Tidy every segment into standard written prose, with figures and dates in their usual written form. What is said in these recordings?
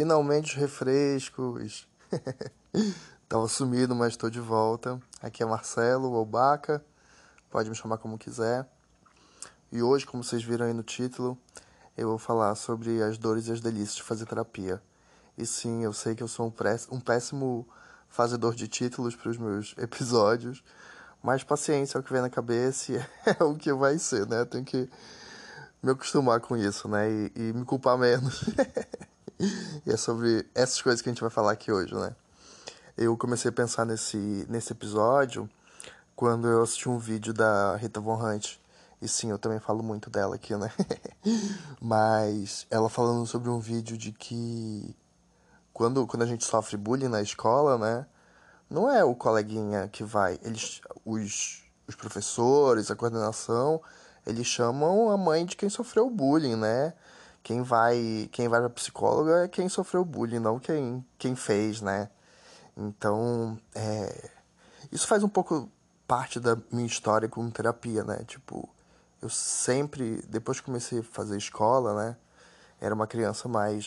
Finalmente os refrescos. Tava sumido, mas estou de volta. Aqui é Marcelo, ou Baca, pode me chamar como quiser. E hoje, como vocês viram aí no título, eu vou falar sobre as dores e as delícias de fazer terapia. E sim, eu sei que eu sou um péssimo fazedor de títulos para os meus episódios, mas paciência é o que vem na cabeça e é o que vai ser, né? Eu tenho que me acostumar com isso, né? E me culpar menos. E é sobre essas coisas que a gente vai falar aqui hoje, né? Eu comecei a pensar nesse episódio quando eu assisti um vídeo da Rita Von Hunt. E sim, eu também falo muito dela aqui, né? Mas ela falando sobre um vídeo de que quando a gente sofre bullying na escola, né? Não é o coleguinha que vai. Os professores, a coordenação, eles chamam a mãe de quem sofreu bullying, né? Quem vai pra psicóloga é quem sofreu bullying, não quem fez, né? Então, isso faz um pouco parte da minha história com terapia, né? Tipo, eu sempre, depois que comecei a fazer escola, né? Era uma criança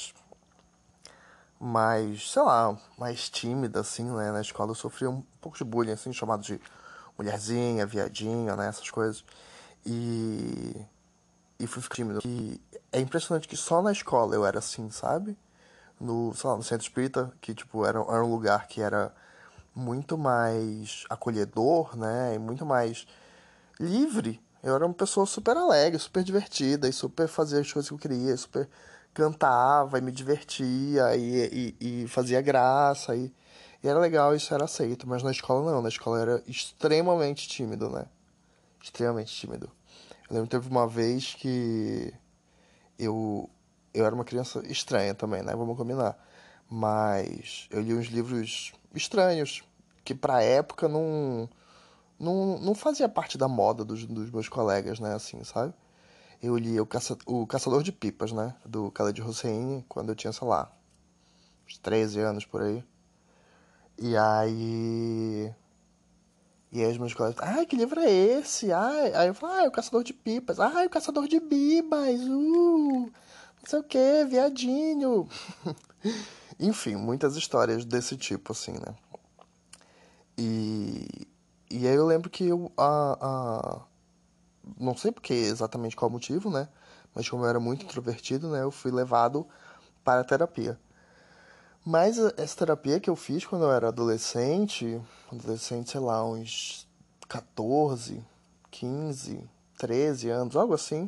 sei lá, mais tímida, assim, né? Na escola eu sofria um pouco de bullying, assim, chamado de mulherzinha, viadinha, né? Essas coisas. E, e fui ficar tímido. E é impressionante que só na escola eu era assim, sabe? Sei lá, no centro espírita, que, tipo, era um lugar que era muito mais acolhedor, né? E muito mais livre. Eu era uma pessoa super alegre, super divertida, e super fazia as coisas que eu queria, super cantava e me divertia e fazia graça e era legal, isso era aceito, mas na escola não, na escola eu era extremamente tímido, né? Extremamente tímido. Eu lembro que teve uma vez que eu, eu era uma criança estranha também, né? Vamos combinar. Mas eu li uns livros estranhos, que pra época não fazia parte da moda dos meus colegas, né? Assim, sabe? Eu li o Caçador de Pipas, né? Do Khaled Hosseini, quando eu tinha, sei lá, uns 13 anos por aí. E aí. E aí os meus colegas, que livro é esse? Aí eu falo, é o Caçador de Pipas. É o Caçador de Bibas, não sei o que, viadinho. Enfim, muitas histórias desse tipo, assim, né? E, e aí eu lembro que não sei porque exatamente qual motivo, né? Mas como eu era muito introvertido, né? Eu fui levado para a terapia. Mas essa terapia que eu fiz quando eu era adolescente, sei lá, uns 14, 15, 13 anos, algo assim,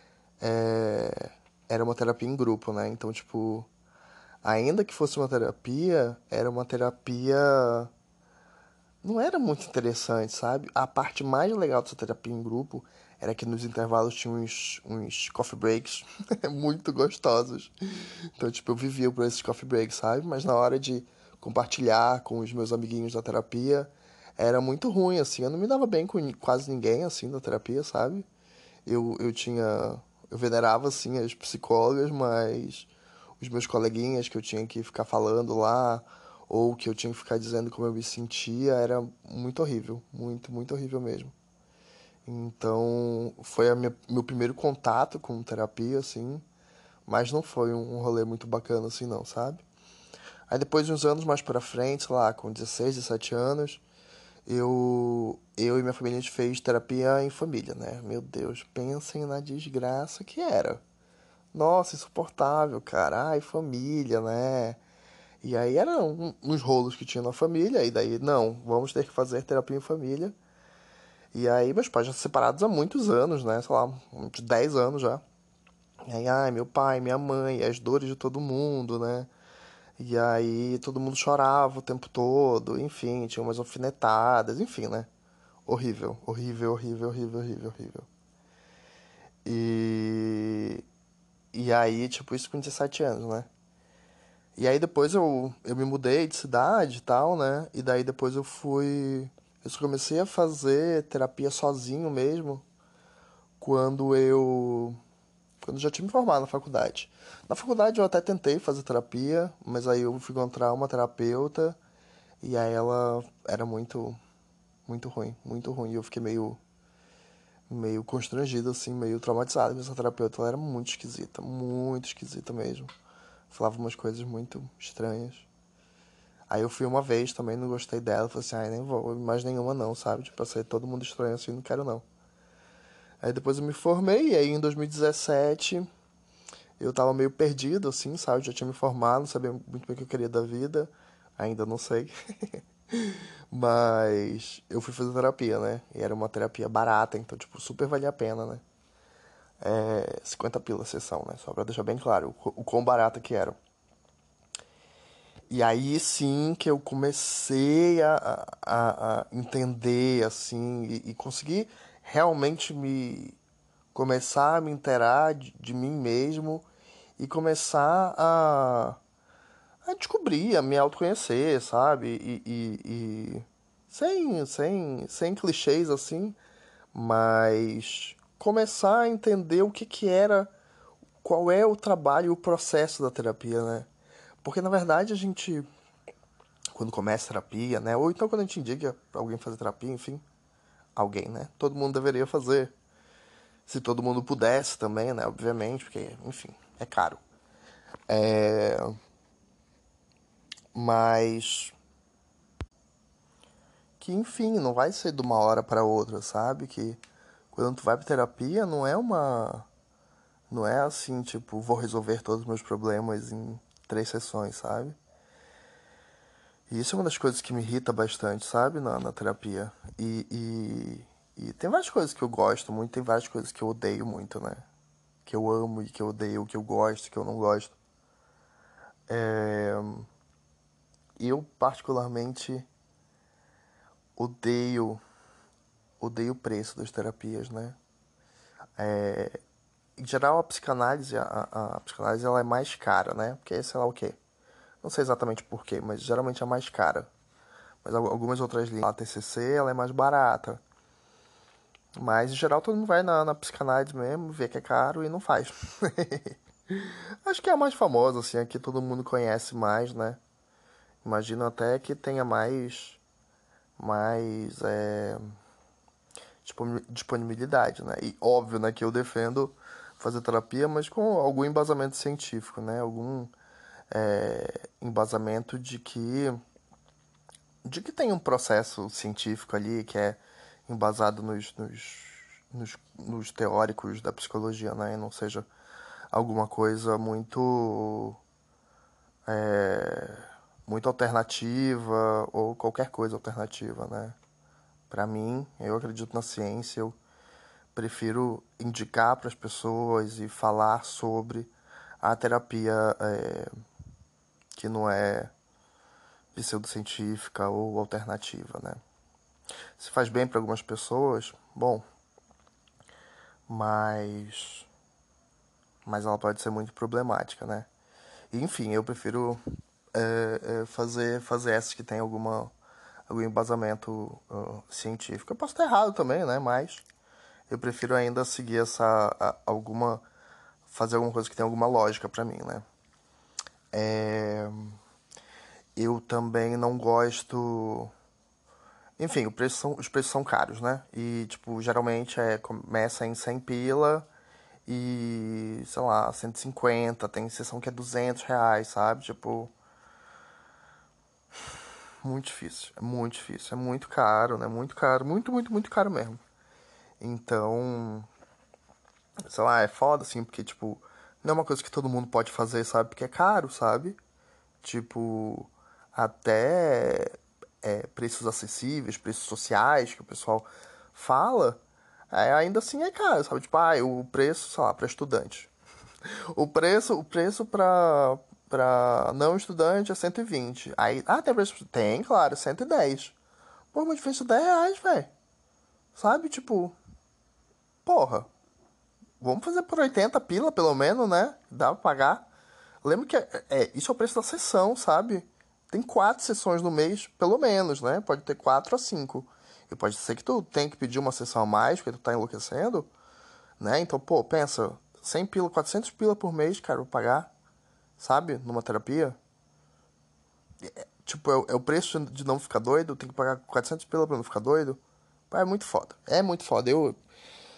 era uma terapia em grupo, né? Então, tipo, ainda que fosse uma terapia, era uma terapia. Não era muito interessante, sabe? A parte mais legal dessa terapia em grupo era que nos intervalos tinha uns coffee breaks muito gostosos. Então, tipo, eu vivia por esses coffee breaks, sabe? Mas na hora de compartilhar com os meus amiguinhos da terapia, era muito ruim, assim. Eu não me dava bem com quase ninguém, assim, da terapia, sabe? Eu tinha. Eu venerava, assim, as psicólogas, mas os meus coleguinhas que eu tinha que ficar falando lá, ou que eu tinha que ficar dizendo como eu me sentia, era muito horrível. Muito, muito horrível mesmo. Então, foi meu primeiro contato com terapia, assim, mas não foi um rolê muito bacana, assim, não, sabe? Aí depois de uns anos mais pra frente, sei lá, com 16, 17 anos, eu e minha família a gente fez terapia em família, né? Meu Deus, pensem na desgraça que era. Nossa, insuportável, cara. Ai, família, né? E aí eram uns rolos que tinha na família, e daí, não, vamos ter que fazer terapia em família. E aí meus pais já separados há muitos anos, né? Sei lá, uns 10 anos já. E aí, meu pai, minha mãe, as dores de todo mundo, né? E aí todo mundo chorava o tempo todo, enfim, tinha umas alfinetadas, enfim, né? Horrível, horrível, horrível, horrível, horrível, horrível. E. E aí, tipo, isso com 17 anos, né? E aí depois eu me mudei de cidade e tal, né? E daí depois eu fui. Eu só comecei a fazer terapia sozinho mesmo quando eu. Quando eu já tinha me formado na faculdade. Na faculdade eu até tentei fazer terapia, mas aí eu fui encontrar uma terapeuta e aí ela era muito ruim, muito ruim. E eu fiquei meio constrangido, assim, meio traumatizado com essa terapeuta. Ela era muito esquisita mesmo. falava umas coisas muito estranhas. Aí eu fui uma vez também, não gostei dela, falei assim, ai, nem vou mais nenhuma não, sabe? Tipo, sair todo mundo estranho assim, não quero não. Aí depois eu me formei, e aí em 2017 eu tava meio perdido, assim, sabe? Já tinha me formado, não sabia muito bem o que eu queria da vida. Ainda não sei. Mas eu fui fazer terapia, né? E era uma terapia barata, então, tipo, super valia a pena, né? 50 pila a sessão, né? Só pra deixar bem claro o quão barata que era. E aí sim que eu comecei a entender, assim, e conseguir realmente me começar a me inteirar de mim mesmo e começar a descobrir, a me autoconhecer, sabe? Sem clichês assim, mas começar a entender o que que era, qual é o trabalho, o processo da terapia, né? Porque na verdade a gente, quando começa a terapia, né? Ou então quando a gente indica pra alguém fazer terapia, enfim, alguém, né? Todo mundo deveria fazer. Se todo mundo pudesse também, né? Obviamente, porque, enfim, é caro. É... Mas que, enfim, não vai ser de uma hora para outra, sabe? Que quando tu vai pra terapia, não é assim, tipo, vou resolver todos os meus problemas em 3 sessões, sabe? E isso é uma das coisas que me irrita bastante, sabe? Na terapia. E tem várias coisas que eu gosto muito, tem várias coisas que eu odeio muito, né? Que eu amo e que eu odeio, que eu gosto, que eu não gosto. É... Eu, particularmente, odeio, odeio o preço das terapias, né? Em geral, a psicanálise, a psicanálise ela é mais cara, né? Porque sei lá o quê. Não sei exatamente porquê, mas geralmente é mais cara. Mas algumas outras linhas, a TCC, ela é mais barata. Mas, em geral, todo mundo vai na psicanálise mesmo, vê que é caro e não faz. Acho que é a mais famosa, assim, aqui todo mundo conhece mais, né? Imagino até que tenha mais disponibilidade, né? E óbvio, né, que eu defendo fazer terapia, mas com algum embasamento científico, né? Algum embasamento de que tem um processo científico ali que é embasado nos teóricos da psicologia, né? E não seja alguma coisa muito alternativa ou qualquer coisa alternativa, né? Para mim, eu acredito na ciência, eu prefiro indicar para as pessoas e falar sobre a terapia que não é pseudocientífica ou alternativa, né? Se faz bem para algumas pessoas, bom, mas ela pode ser muito problemática, né? E, enfim, eu prefiro fazer essas que tem algum embasamento científico. Eu posso estar errado também, né? Mas eu prefiro ainda seguir fazer alguma coisa que tenha alguma lógica pra mim, né? É, eu também não gosto. Enfim, os preços são caros, né? E, tipo, geralmente começa em 100 pila e, sei lá, 150. Tem sessão que é R$ 200, sabe? Tipo, muito difícil. É muito difícil. É muito caro, né? Muito caro. Muito, muito, muito caro mesmo. Então, sei lá, é foda, assim, porque, tipo, não é uma coisa que todo mundo pode fazer, sabe? Porque é caro, sabe? Tipo, até preços acessíveis, preços sociais que o pessoal fala, ainda assim é caro, sabe? Tipo, o preço, sei lá, para estudante. O preço pra não estudante é 120. Aí, tem preço? Tem, claro, 110. Pô, mas diferença de R$ 10, velho. Sabe? Tipo, porra, vamos fazer por 80 pila, pelo menos, né? Dá pra pagar. Lembra que isso é o preço da sessão, sabe? Tem 4 sessões no mês, pelo menos, né? Pode ter 4 a 5. E pode ser que tu tenha que pedir uma sessão a mais, porque tu tá enlouquecendo, né? Então, pô, pensa, 100 pila, 400 pila por mês, cara, eu vou pagar, sabe? Numa terapia. Tipo, é o preço de não ficar doido, tem que pagar 400 pila pra não ficar doido. Pô, é muito foda. É muito foda.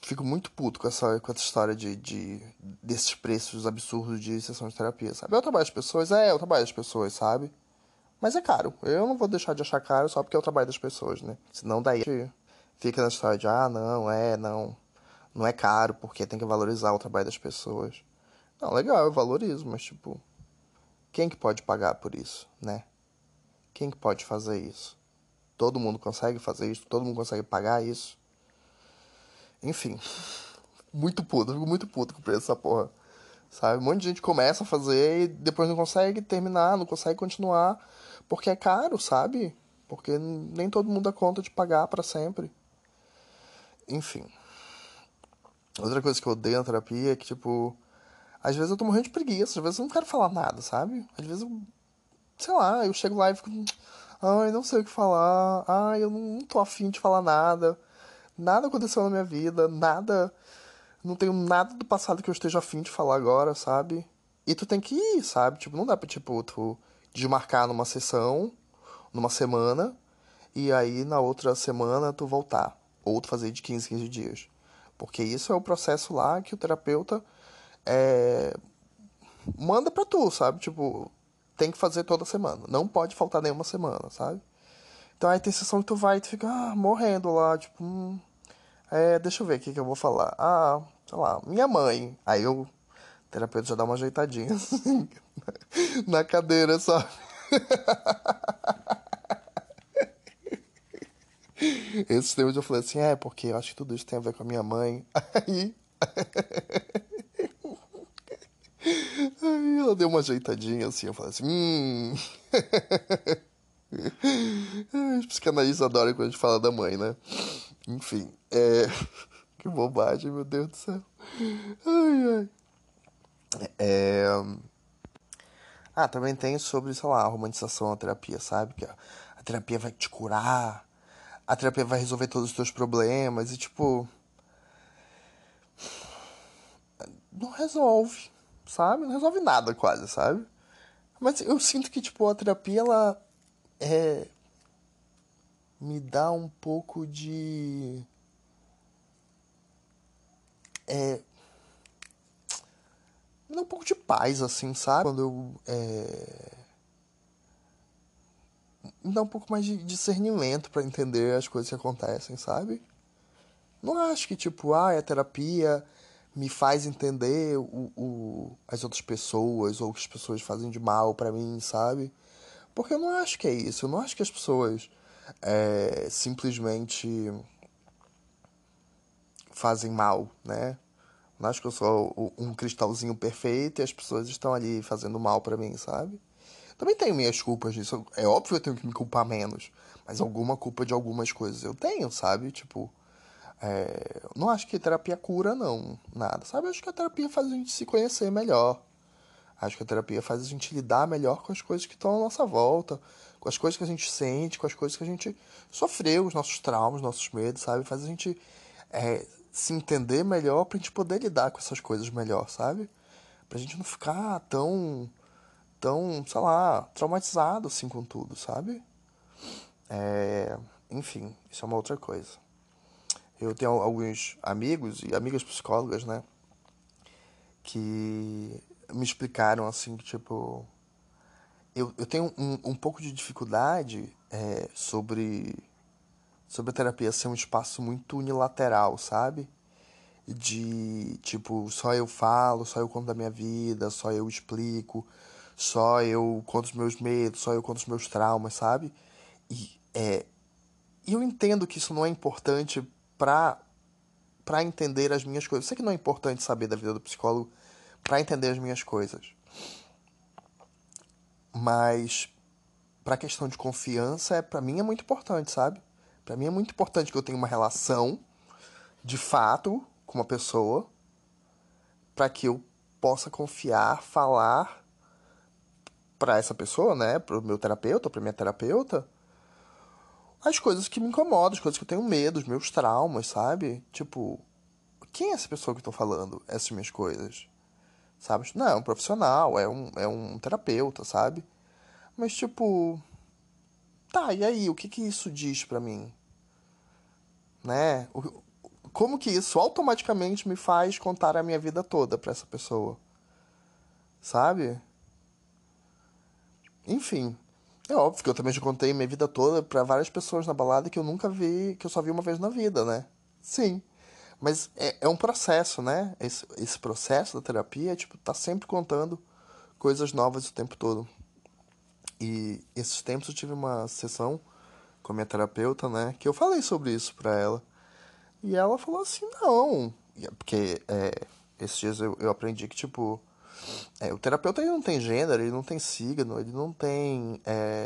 Fico muito puto com essa história desses preços absurdos de sessão de terapia, sabe? É o trabalho das pessoas, é o trabalho das pessoas, sabe? Mas é caro. Eu não vou deixar de achar caro só porque é o trabalho das pessoas, né? Senão daí a gente fica na história de, não. Não é caro porque tem que valorizar o trabalho das pessoas. Não, legal, eu valorizo, mas tipo, quem que pode pagar por isso, né? Quem que pode fazer isso? Todo mundo consegue fazer isso? Todo mundo consegue pagar isso? Enfim, fico muito puto com o preço dessa porra. Sabe? Um monte de gente começa a fazer e depois não consegue terminar, não consegue continuar, porque é caro, sabe? Porque nem todo mundo dá conta de pagar pra sempre. Enfim. Outra coisa que eu odeio na terapia é que, tipo, às vezes eu tô morrendo de preguiça, às vezes eu não quero falar nada, sabe? Às vezes eu, sei lá, eu chego lá e fico, ai, não sei o que falar, ai, eu não tô afim de falar nada, nada aconteceu na minha vida, nada, não tenho nada do passado que eu esteja afim de falar agora, sabe? E tu tem que ir, sabe? Tipo, não dá pra, tipo, tu desmarcar numa sessão, numa semana, e aí na outra semana tu voltar. Ou tu fazer de 15 em 15 dias. Porque isso é o processo lá que o terapeuta é, manda pra tu, sabe? Tipo, tem que fazer toda semana. Não pode faltar nenhuma semana, sabe? Então aí tem sessão que tu vai e tu fica morrendo lá, tipo, deixa eu ver o que eu vou falar. Sei lá, minha mãe. Aí o terapeuta já dá uma ajeitadinha assim, na cadeira, sabe? Esse tempo eu falei assim, porque eu acho que tudo isso tem a ver com a minha mãe. Aí, aí ela deu uma ajeitadinha assim, eu falei assim, Os psicanalistas adoram quando a gente fala da mãe, né? Enfim, que bobagem, meu Deus do céu. Ai, ai. É... também tem sobre, sei lá, a romantização da terapia, sabe? Que a terapia vai te curar, a terapia vai resolver todos os teus problemas e, tipo, não resolve, sabe? Não resolve nada quase, sabe? Mas eu sinto que, tipo, a terapia, ela me dá um pouco de... Me dá um pouco de paz, assim, sabe? Quando eu... Me dá um pouco mais de discernimento pra entender as coisas que acontecem, sabe? Não acho que, tipo, a terapia me faz entender as outras pessoas ou o que as pessoas fazem de mal pra mim, sabe? Porque eu não acho que é isso. Eu não acho que as pessoas simplesmente fazem mal, né? Não acho que eu sou um cristalzinho perfeito e as pessoas estão ali fazendo mal pra mim, sabe? Também tenho minhas culpas disso. É óbvio que eu tenho que me culpar menos. Mas alguma culpa de algumas coisas eu tenho, sabe? Tipo, não acho que terapia cura, não. Nada, sabe? Acho que a terapia faz a gente se conhecer melhor. Acho que a terapia faz a gente lidar melhor com as coisas que estão à nossa volta. Com as coisas que a gente sente, com as coisas que a gente sofreu, os nossos traumas, nossos medos, sabe? Faz a gente se entender melhor pra gente poder lidar com essas coisas melhor, sabe? Pra gente não ficar tão, sei lá, traumatizado assim com tudo, sabe? Enfim, isso é uma outra coisa. Eu tenho alguns amigos e amigas psicólogas, né, que me explicaram assim que, tipo, eu tenho um pouco de dificuldade sobre a terapia ser um espaço muito unilateral, sabe? De, tipo, só eu falo, só eu conto da minha vida, só eu explico, só eu conto os meus medos, só eu conto os meus traumas, sabe? E, e eu entendo que isso não é importante pra, pra entender as minhas coisas. Eu sei que não é importante saber da vida do psicólogo pra entender as minhas coisas. Mas pra questão de confiança, pra mim é muito importante, sabe? Pra mim é muito importante que eu tenha uma relação de fato com uma pessoa pra que eu possa confiar, falar pra essa pessoa, né, pro meu terapeuta, pra minha terapeuta, as coisas que me incomodam, as coisas que eu tenho medo, os meus traumas, sabe? Tipo, quem é essa pessoa que eu tô falando essas minhas coisas? Sabe? Não, é um profissional, é um terapeuta, sabe? Mas, tipo, tá, e aí, o que que isso diz pra mim? Né? como que isso automaticamente me faz contar a minha vida toda pra essa pessoa, sabe? Enfim, é óbvio que eu também já contei minha vida toda pra várias pessoas na balada que eu nunca vi, que eu só vi uma vez na vida, né? Sim. Mas é um processo, né? Esse processo da terapia é, tipo, tá sempre contando coisas novas o tempo todo. E esses tempos eu tive uma sessão com a minha terapeuta, né? Que eu falei sobre isso pra ela. E ela falou assim, não. Porque esses dias eu aprendi que, tipo, o terapeuta ele não tem gênero, ele não tem signo, ele não tem.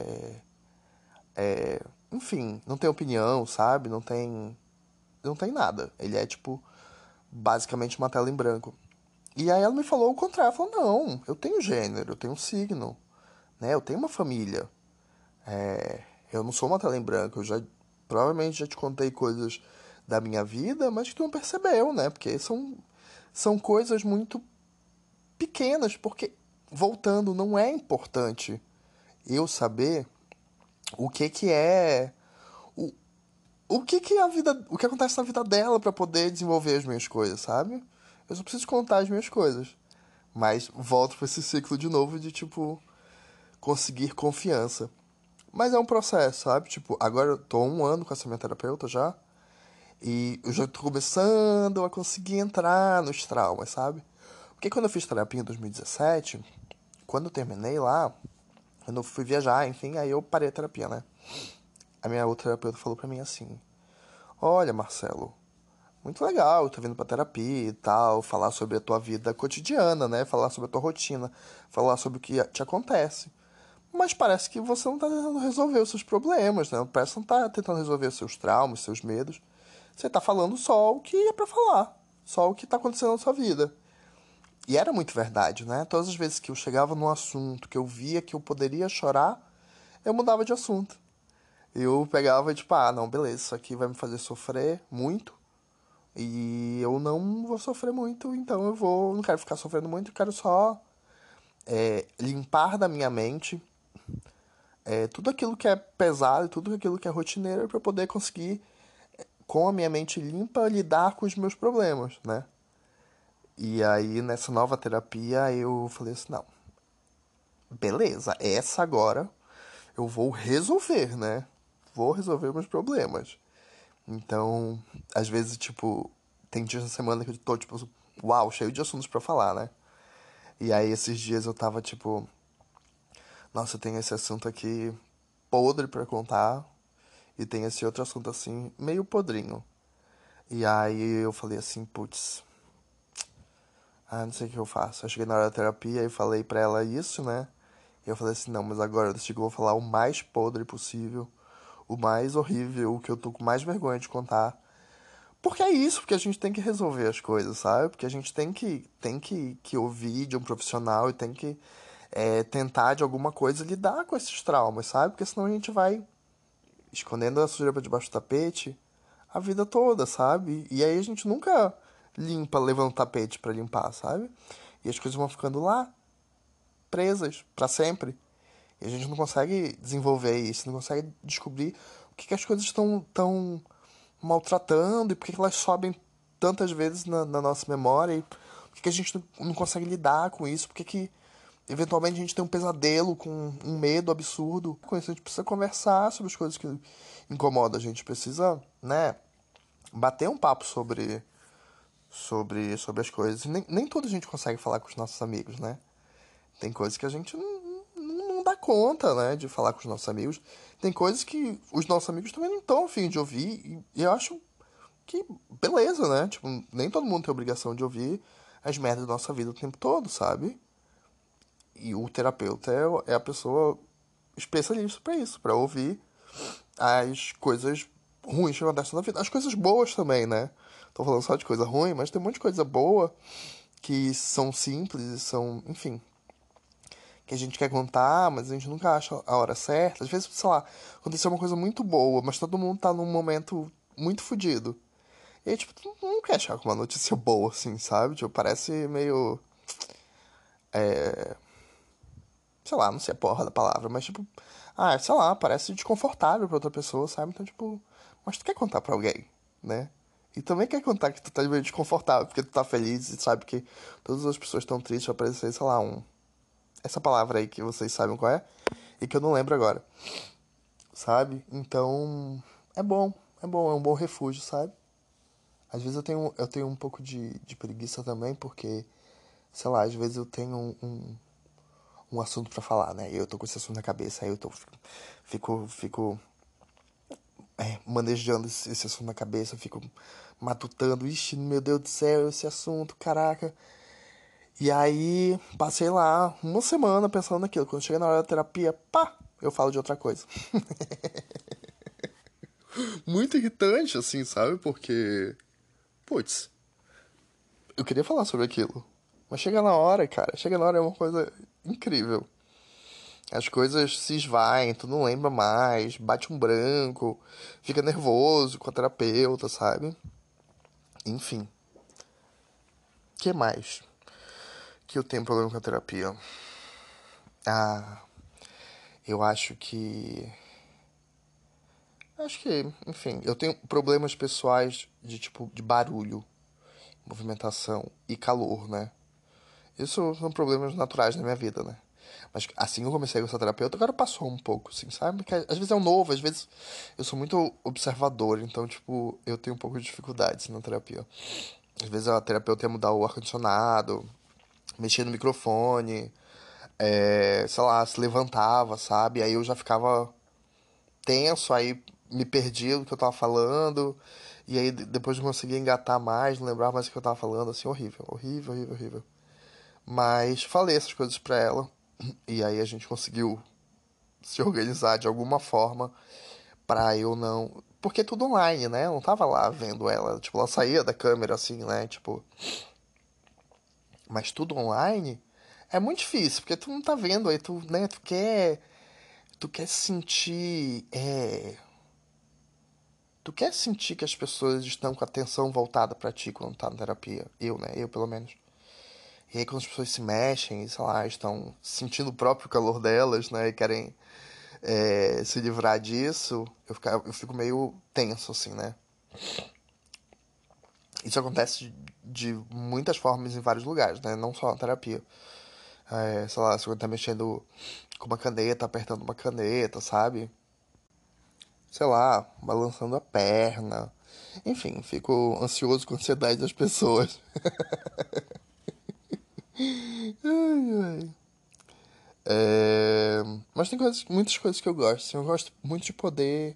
Enfim, não tem opinião, sabe? Não tem. Não tem nada. Ele é, tipo, basicamente uma tela em branco. E aí ela me falou o contrário. Ela falou, não, eu tenho gênero, eu tenho um signo, né? Eu tenho uma família. Eu não sou uma tela em branco, eu já provavelmente já te contei coisas da minha vida, mas que tu não percebeu, né? Porque são coisas muito pequenas, porque, voltando, não é importante eu saber o que que é o, o que que a vida, o que acontece na vida dela pra poder desenvolver as minhas coisas, sabe? Eu só preciso contar as minhas coisas. Mas volto pra esse ciclo de novo de tipo conseguir confiança. Mas é um processo, sabe? Tipo, agora eu tô há 1 ano com essa minha terapeuta já. E eu já tô começando a conseguir entrar nos traumas, sabe? Porque quando eu fiz terapia em 2017, quando eu terminei lá, quando eu fui viajar, enfim, aí eu parei a terapia, né? A minha outra terapeuta falou pra mim assim: Olha, Marcelo, muito legal, eu tô vindo pra terapia e tal, falar sobre a tua vida cotidiana, né? Falar sobre a tua rotina, falar sobre o que te acontece. Mas parece que você não tá tentando resolver os seus problemas, né? Parece que não tá tentando resolver os seus traumas, os seus medos. Você tá falando só o que é pra falar. Só o que tá acontecendo na sua vida. E era muito verdade, né? Todas as vezes que eu chegava num assunto que eu via que eu poderia chorar, eu mudava de assunto. Eu pegava e tipo, ah, não, beleza, isso aqui vai me fazer sofrer muito. E eu não vou sofrer muito, então eu vou. Não quero ficar sofrendo muito, eu quero só limpar da minha mente tudo aquilo que é pesado, tudo aquilo que é rotineiro, para poder conseguir, com a minha mente limpa, lidar com os meus problemas, né? E aí, nessa nova terapia, eu falei assim: não, beleza, essa agora eu vou resolver, né? Vou resolver meus problemas. Então, às vezes, tipo, tem dias na semana que eu tô, tipo, uau, cheio de assuntos pra falar, né? E aí, esses dias eu tava, tipo, nossa, eu tenho esse assunto aqui podre pra contar. E tem esse outro assunto, assim, meio podrinho. E aí eu falei assim, putz, não sei o que eu faço. Eu cheguei na hora da terapia e falei pra ela isso, né? E eu falei assim, não, mas agora eu decidi que eu vou falar o mais podre possível, o mais horrível, o que eu tô com mais vergonha de contar. Porque é isso, porque a gente tem que resolver as coisas, sabe? Porque a gente tem que ouvir de um profissional e tem que tentar de alguma coisa lidar com esses traumas, sabe? Porque senão a gente vai escondendo a sujeira pra debaixo do tapete a vida toda, sabe? E aí a gente nunca limpa, levanta o tapete pra limpar, sabe? E as coisas vão ficando lá, presas, pra sempre. E a gente não consegue desenvolver isso, não consegue descobrir o que as coisas estão tão maltratando e por que elas sobem tantas vezes na nossa memória e por que a gente não consegue lidar com isso, por que eventualmente a gente tem um pesadelo com um medo absurdo. Com isso a gente precisa conversar sobre as coisas que incomodam a gente, precisa, né, bater um papo sobre as coisas. Nem toda a gente consegue falar com os nossos amigos, né? Tem coisas que a gente não dá conta, né, de falar com os nossos amigos. Tem coisas que os nossos amigos também não estão a fim de ouvir. E eu acho que, beleza, né? Tipo, nem todo mundo tem obrigação de ouvir as merdas da nossa vida o tempo todo, sabe? E o terapeuta é a pessoa especialista pra isso, pra ouvir as coisas ruins que acontecem na vida. As coisas boas também, né? Tô falando só de coisa ruim, mas tem um monte de coisa boa que são simples e são, enfim, que a gente quer contar, mas a gente nunca acha a hora certa. Às vezes, sei lá, aconteceu uma coisa muito boa, mas todo mundo tá num momento muito fodido. E aí, tipo, tu não quer achar com uma notícia boa, assim, sabe? Tipo, parece meio. Sei lá, não sei a porra da palavra, mas tipo. Sei lá, parece desconfortável pra outra pessoa, sabe? Então, tipo. Mas tu quer contar pra alguém, né? E também quer contar que tu tá meio desconfortável, porque tu tá feliz e sabe que todas as pessoas estão tristes, vai aparecer, sei lá, essa palavra aí que vocês sabem qual é, e que eu não lembro agora, sabe? Então, é um bom refúgio, sabe? Às vezes eu tenho um pouco de preguiça também, porque, sei lá, às vezes eu tenho um assunto pra falar, né? E eu tô com esse assunto na cabeça, aí eu fico manejando esse assunto na cabeça, fico matutando, ixi, meu Deus do céu, esse assunto, caraca. E aí, passei lá uma semana pensando naquilo. Quando chega na hora da terapia, pá, eu falo de outra coisa. Muito irritante, assim, sabe? Porque, putz, eu queria falar sobre aquilo. Mas chega na hora, cara, chega na hora é uma coisa incrível. As coisas se esvaem, tu não lembra mais, bate um branco, fica nervoso com a terapeuta, sabe? Enfim, que mais que eu tenho problema com a terapia? Ah, eu acho que. Acho que, enfim, eu tenho problemas pessoais de tipo de barulho, movimentação e calor, né? Isso são problemas naturais na minha vida, né? Mas assim que eu comecei com essa terapeuta, agora passou um pouco, assim, sabe? Porque às vezes é um novo, às vezes eu sou muito observador, então, tipo, eu tenho um pouco de dificuldade na terapia. Às vezes a terapeuta ia mudar o ar-condicionado, mexia no microfone, sei lá, se levantava, sabe? Aí eu já ficava tenso, aí me perdia do que eu tava falando, e aí depois não conseguia engatar mais, não lembrava mais o que eu tava falando, assim, horrível, horrível, horrível, horrível. Mas falei essas coisas pra ela, e aí a gente conseguiu se organizar de alguma forma pra eu não. Porque é tudo online, né? Eu não tava lá vendo ela. Tipo, ela saía da câmera assim, né? Tipo. Mas tudo online é muito difícil, porque tu não tá vendo, aí tu, né, tu quer. Tu quer sentir. Tu quer sentir que as pessoas estão com a atenção voltada pra ti quando tá na terapia. Eu, né? Eu, pelo menos. E aí quando as pessoas se mexem, sei lá, estão sentindo o próprio calor delas, né? E querem se livrar disso, eu fico meio tenso, assim, né? Isso acontece de muitas formas em vários lugares, né? Não só na terapia. Sei lá, se você tá mexendo com uma caneta, apertando uma caneta, sabe? Sei lá, balançando a perna. Enfim, fico ansioso com a ansiedade das pessoas. Ai, ai. Mas tem muitas coisas que eu gosto. Assim, eu gosto muito de poder.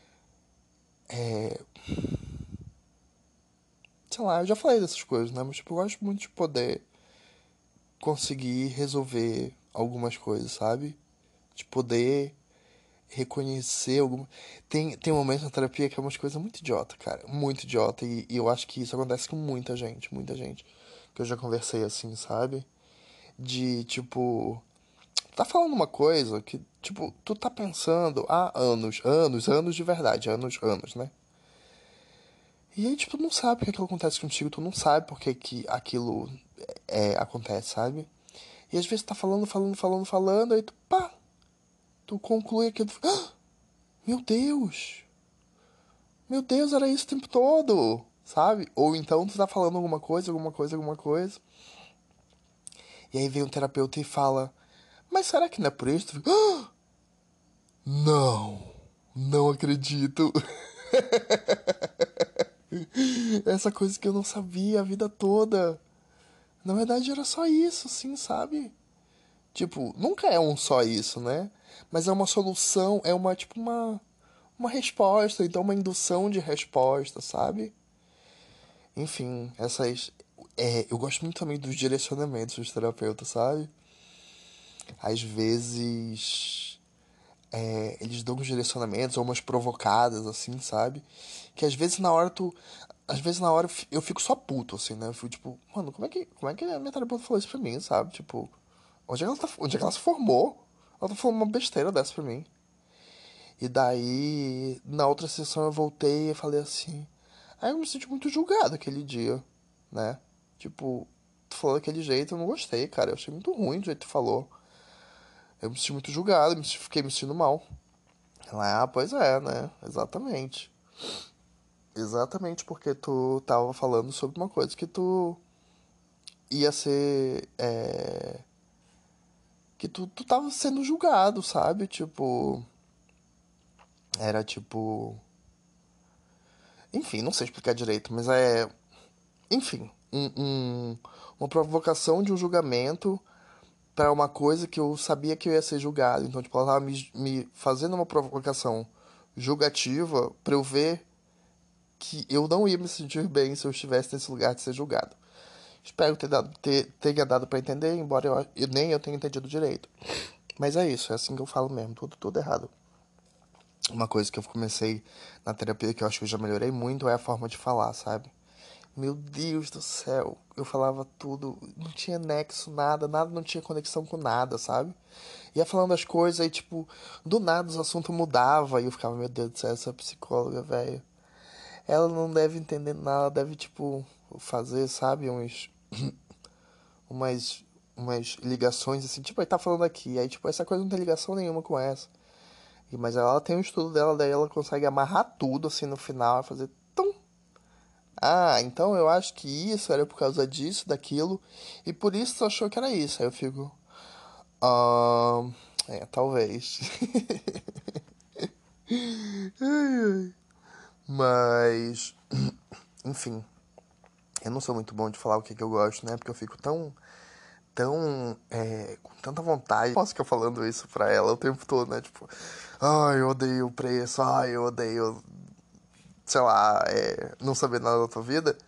Sei lá, eu já falei dessas coisas, né? Mas tipo, eu gosto muito de poder conseguir resolver algumas coisas, sabe? De poder reconhecer alguma. Tem momentos na terapia que é umas coisas muito idiota, cara. Muito idiota. E eu acho que isso acontece com muita gente, muita gente. Que eu já conversei assim, sabe? De tipo. Tá falando uma coisa que, tipo, tu tá pensando há anos, anos, anos de verdade, anos, anos, né? E aí, tipo, tu não sabe porque aquilo acontece contigo, tu não sabe porque que aquilo acontece, sabe? E às vezes tu tá falando, falando, falando, falando, aí tu, pá, tu conclui aquilo. Ah, meu Deus! Meu Deus, era isso o tempo todo! Sabe? Ou então tu tá falando alguma coisa, alguma coisa, alguma coisa. E aí vem um terapeuta e fala: Mas será que não é por isso? Tu fica, ah, não! Não acredito! Essa coisa que eu não sabia a vida toda. Na verdade era só isso, assim, sabe? Tipo, nunca é um só isso, né? Mas é uma solução, é uma, tipo, uma resposta, então uma indução de resposta, sabe? Enfim, essas. Eu gosto muito também dos direcionamentos dos terapeutas, sabe? Às vezes. Eles dão uns direcionamentos ou umas provocadas, assim, sabe? Que às vezes na hora tu. Às vezes na hora eu fico só puto, assim, né? Eu fico tipo, mano, como é que a minha terapeuta falou isso pra mim, sabe? Tipo, onde é que ela se formou? Ela tá falando uma besteira dessa pra mim. E daí, na outra sessão eu voltei e falei assim. Aí eu me senti muito julgado aquele dia, né? Tipo, tu falou daquele jeito, eu não gostei, cara. Eu achei muito ruim do jeito que tu falou. Eu me senti muito julgado, fiquei me sentindo mal. Ela, pois é, né? Exatamente. Exatamente porque tu tava falando sobre uma coisa que tu ia ser. Que tu tava sendo julgado, sabe? Tipo. Era tipo. Enfim, não sei explicar direito, mas é. Enfim, uma provocação de um julgamento para uma coisa que eu sabia que eu ia ser julgado. Então, tipo, ela tava me fazendo uma provocação julgativa pra eu ver que eu não ia me sentir bem se eu estivesse nesse lugar de ser julgado. Espero tenha dado pra entender, embora nem eu tenha entendido direito. Mas é isso, é assim que eu falo mesmo, tudo errado. Uma coisa que eu comecei na terapia que eu acho que eu já melhorei muito é a forma de falar, sabe? Meu Deus do céu, eu falava tudo, não tinha nexo, nada não tinha conexão com nada, sabe? Ia falando as coisas e, tipo, do nada os assuntos mudava e eu ficava, meu Deus do céu, essa psicóloga, velho. Ela não deve entender nada, deve, tipo, fazer, sabe, umas, umas ligações assim, tipo, aí tá falando aqui, aí, tipo, essa coisa não tem ligação nenhuma com essa. Mas ela tem um estudo dela, daí ela consegue amarrar tudo, assim, no final, e fazer tum. Ah, então eu acho que isso era por causa disso, daquilo, e por isso tu achou que era isso. Aí eu fico, ah, talvez. Mas, enfim, eu não sou muito bom de falar o que, que eu gosto, né? Porque eu fico com tanta vontade. Posso ficar falando isso pra ela o tempo todo, né? Tipo, ai, eu odeio o preço, ai, eu odeio, sei lá, não saber nada da tua vida.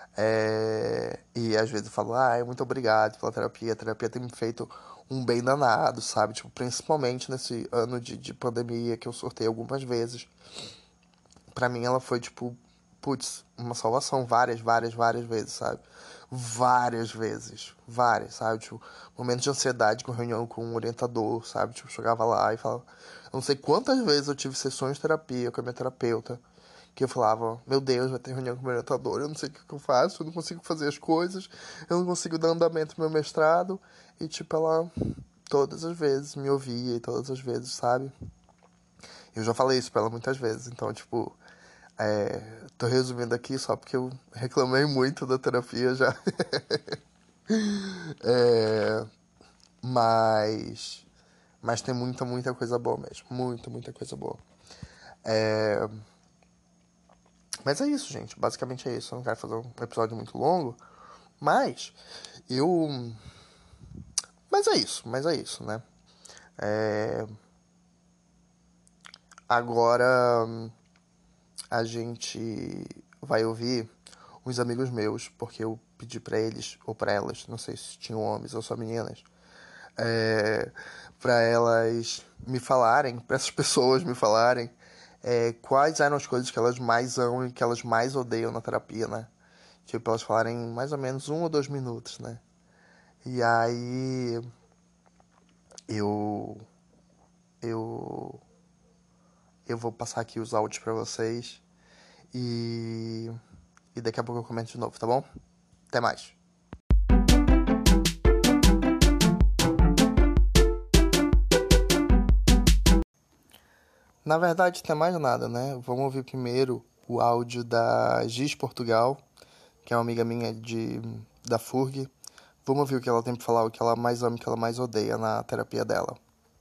E às vezes eu falo, ai, muito obrigado pela terapia. A terapia tem me feito um bem danado, sabe? Tipo, principalmente nesse ano de pandemia que eu sorteio algumas vezes. Pra mim ela foi, tipo, putz, uma salvação várias vezes, sabe? Várias vezes, várias, sabe? Tipo, momentos de ansiedade com reunião com um orientador, sabe? Tipo, chegava lá e falava. Eu não sei quantas vezes eu tive sessões de terapia com a minha terapeuta, que eu falava, meu Deus, vai ter reunião com o meu orientador, eu não sei o que, que eu faço, eu não consigo fazer as coisas, eu não consigo dar andamento no meu mestrado. E, tipo, ela todas as vezes me ouvia e todas as vezes, sabe? Eu já falei isso pra ela muitas vezes, então, tipo, tô resumindo aqui só porque eu reclamei muito da terapia já. É, mas. Mas tem muita coisa boa mesmo. Muita coisa boa. É, mas é isso, gente. Basicamente é isso. Eu não quero fazer um episódio muito longo. Mas. Eu. Mas é isso, né? É, agora a gente vai ouvir uns amigos meus, porque eu pedi pra eles, ou pra elas, não sei se tinham homens ou só meninas, é, para elas me falarem, para essas pessoas me falarem quais eram as coisas que elas mais amam e que elas mais odeiam na terapia, né? Tipo, elas falarem mais ou menos 1 ou 2 minutos, né? E aí eu eu eu vou passar aqui os áudios pra vocês e daqui a pouco eu comento de novo, tá bom? Até mais. Na verdade, tem mais nada, né? Vamos ouvir primeiro o áudio da Giz Portugal, que é uma amiga minha da FURG. Vamos ouvir o que ela tem pra falar, o que ela mais ama e o que ela mais odeia na terapia dela.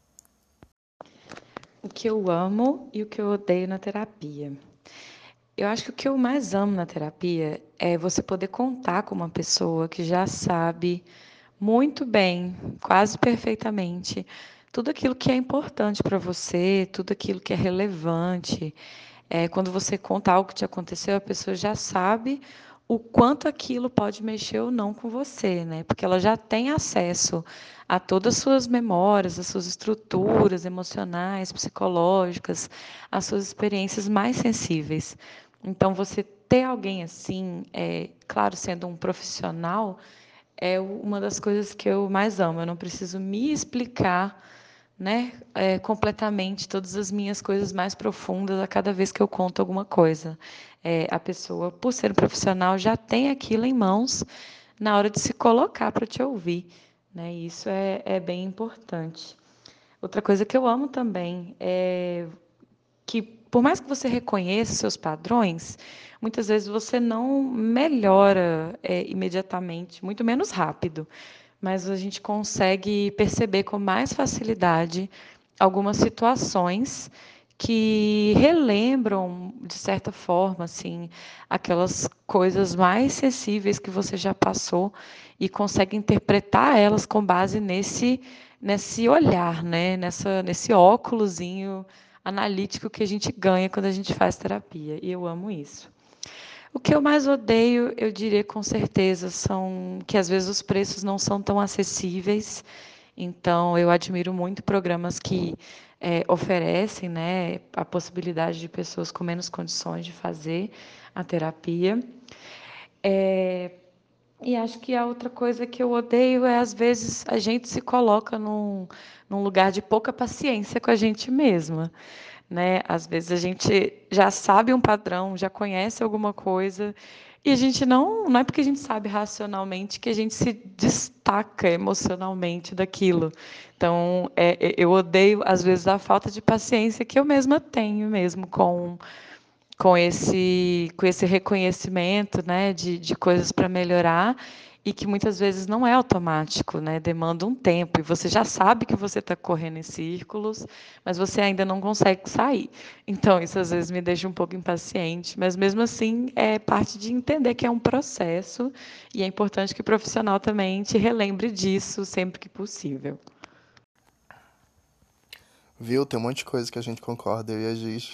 O que eu amo e o que eu odeio na terapia. Eu acho que o que eu mais amo na terapia é você poder contar com uma pessoa que já sabe muito bem, quase perfeitamente, tudo aquilo que é importante para você, tudo aquilo que é relevante. Quando você conta algo que te aconteceu, a pessoa já sabe o quanto aquilo pode mexer ou não com você, né? Porque ela já tem acesso a todas as suas memórias, as suas estruturas emocionais, psicológicas, as suas experiências mais sensíveis. Então, você ter alguém assim, claro, sendo um profissional, é uma das coisas que eu mais amo. Eu não preciso me explicar, né, completamente todas as minhas coisas mais profundas a cada vez que eu conto alguma coisa. A pessoa, por ser um profissional, já tem aquilo em mãos na hora de se colocar para te ouvir, né? E isso é bem importante. Outra coisa que eu amo também é que, por mais que você reconheça seus padrões, muitas vezes você não melhora imediatamente, muito menos rápido, mas a gente consegue perceber com mais facilidade algumas situações que relembram, de certa forma, assim, aquelas coisas mais sensíveis que você já passou e consegue interpretar elas com base nesse olhar, né? Nesse óculosinho analítico que a gente ganha quando a gente faz terapia. E eu amo isso. O que eu mais odeio, eu diria com certeza, são que às vezes os preços não são tão acessíveis. Então, eu admiro muito programas que oferecem, né, a possibilidade de pessoas com menos condições de fazer a terapia. E acho que a outra coisa que eu odeio é, às vezes, a gente se coloca num lugar de pouca paciência com a gente mesma, né? Às vezes a gente já sabe um padrão, já conhece alguma coisa, e a gente não é porque a gente sabe racionalmente que a gente se destaca emocionalmente daquilo. Então, eu odeio, às vezes, a falta de paciência que eu mesma tenho mesmo com esse reconhecimento, né, de coisas para melhorar e que muitas vezes não é automático, né, demanda um tempo e você já sabe que você está correndo em círculos, mas você ainda não consegue sair. Então isso às vezes me deixa um pouco impaciente, mas mesmo assim é parte de entender que é um processo e é importante que o profissional também te relembre disso sempre que possível. Viu? Tem um monte de coisa que a gente concorda, eu e a Giz.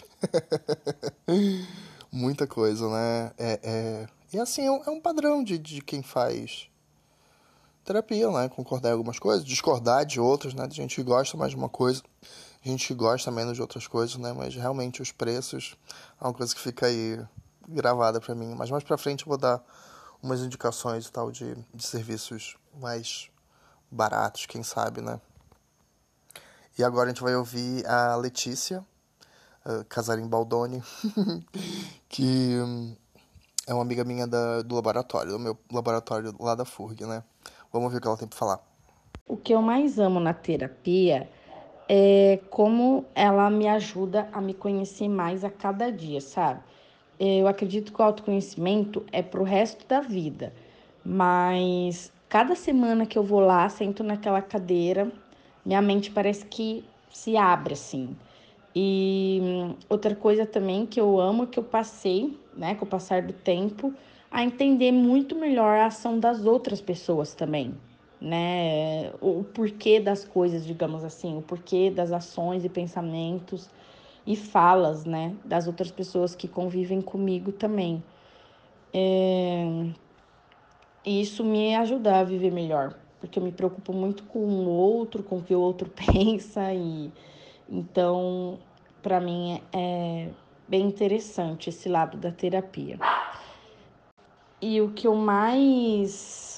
Muita coisa, né? E assim, é um padrão de quem faz terapia, né? Concordar em algumas coisas, discordar de outras, né? A gente gosta mais de uma coisa, a gente gosta menos de outras coisas, né? Mas realmente os preços é uma coisa que fica aí gravada pra mim. Mas mais pra frente eu vou dar umas indicações e tal de serviços mais baratos, quem sabe, né? E agora a gente vai ouvir a Letícia, Casarim Baldoni, que é uma amiga minha do laboratório, do meu laboratório lá da FURG, né? Vamos ver o que ela tem pra falar. O que eu mais amo na terapia é como ela me ajuda a me conhecer mais a cada dia, sabe? Eu acredito que o autoconhecimento é pro resto da vida, mas cada semana que eu vou lá, sento naquela cadeira, minha mente parece que se abre assim. E outra coisa também que eu amo é que eu passei, né, com o passar do tempo, a entender muito melhor a ação das outras pessoas também, né? O porquê das coisas, digamos assim, o porquê das ações e pensamentos e falas, né, das outras pessoas que convivem comigo também. E isso me ajuda a viver melhor, porque eu me preocupo muito com o outro, com o que o outro pensa e então, para mim é bem interessante esse lado da terapia. E o que eu mais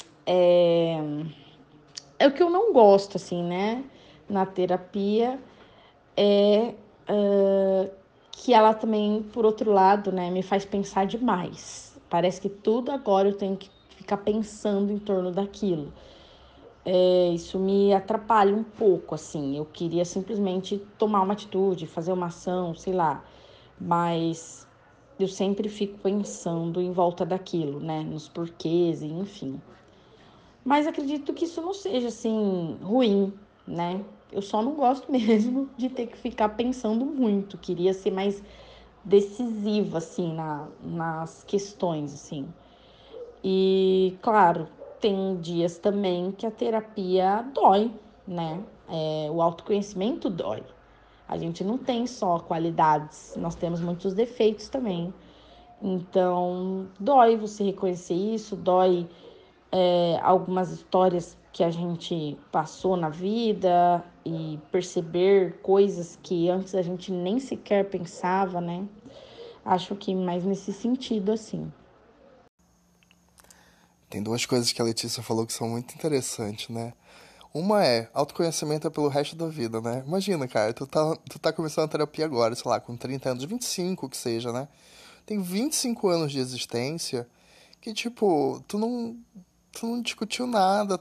é o que eu não gosto assim, né, na terapia é que ela também, por outro lado, né, me faz pensar demais. Parece que tudo agora eu tenho que ficar pensando em torno daquilo. Isso me atrapalha um pouco, assim. Eu queria simplesmente tomar uma atitude, fazer uma ação, sei lá. Mas eu sempre fico pensando em volta daquilo, né? Nos porquês, e enfim. Mas acredito que isso não seja, assim, ruim, né? Eu só não gosto mesmo de ter que ficar pensando muito. Queria ser mais decisiva, assim, nas questões, assim. E, claro, tem dias também que a terapia dói, né? O autoconhecimento dói. A gente não tem só qualidades, nós temos muitos defeitos também. Então, dói você reconhecer isso, dói algumas histórias que a gente passou na vida e perceber coisas que antes a gente nem sequer pensava, né? Acho que mais nesse sentido, assim. Tem duas coisas que a Letícia falou que são muito interessantes, né? Uma é, autoconhecimento é pelo resto da vida, né? Imagina, cara, tu tá começando a terapia agora, sei lá, com 30 anos, 25 que seja, né? Tem 25 anos de existência que, tipo, tu não discutiu nada,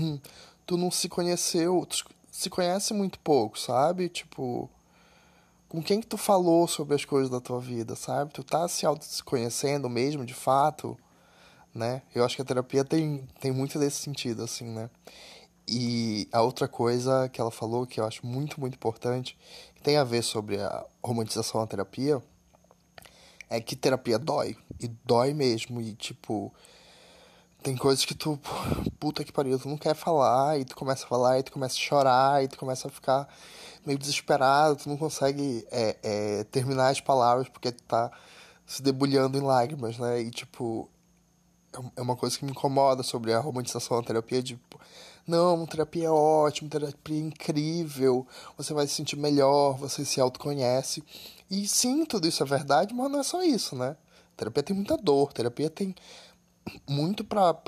tu não se conheceu, tu se conhece muito pouco, sabe? Tipo, com quem que tu falou sobre as coisas da tua vida, sabe? Tu tá se conhecendo mesmo, de fato, né? Eu acho que a terapia tem muito desse sentido, assim, né? E a outra coisa que ela falou, que eu acho muito, muito importante, que tem a ver sobre a romantização da terapia, é que terapia dói. E dói mesmo. E, tipo, tem coisas que tu, puta que pariu, tu não quer falar, e tu começa a falar, e tu começa a chorar, e tu começa a ficar meio desesperado, tu não consegue terminar as palavras porque tu tá se debulhando em lágrimas, né? E, tipo, é uma coisa que me incomoda sobre a romantização da terapia, de, tipo, não, terapia é ótimo, terapia é incrível, você vai se sentir melhor, você se autoconhece. E sim, tudo isso é verdade, mas não é só isso, né? Terapia tem muita dor, terapia tem muito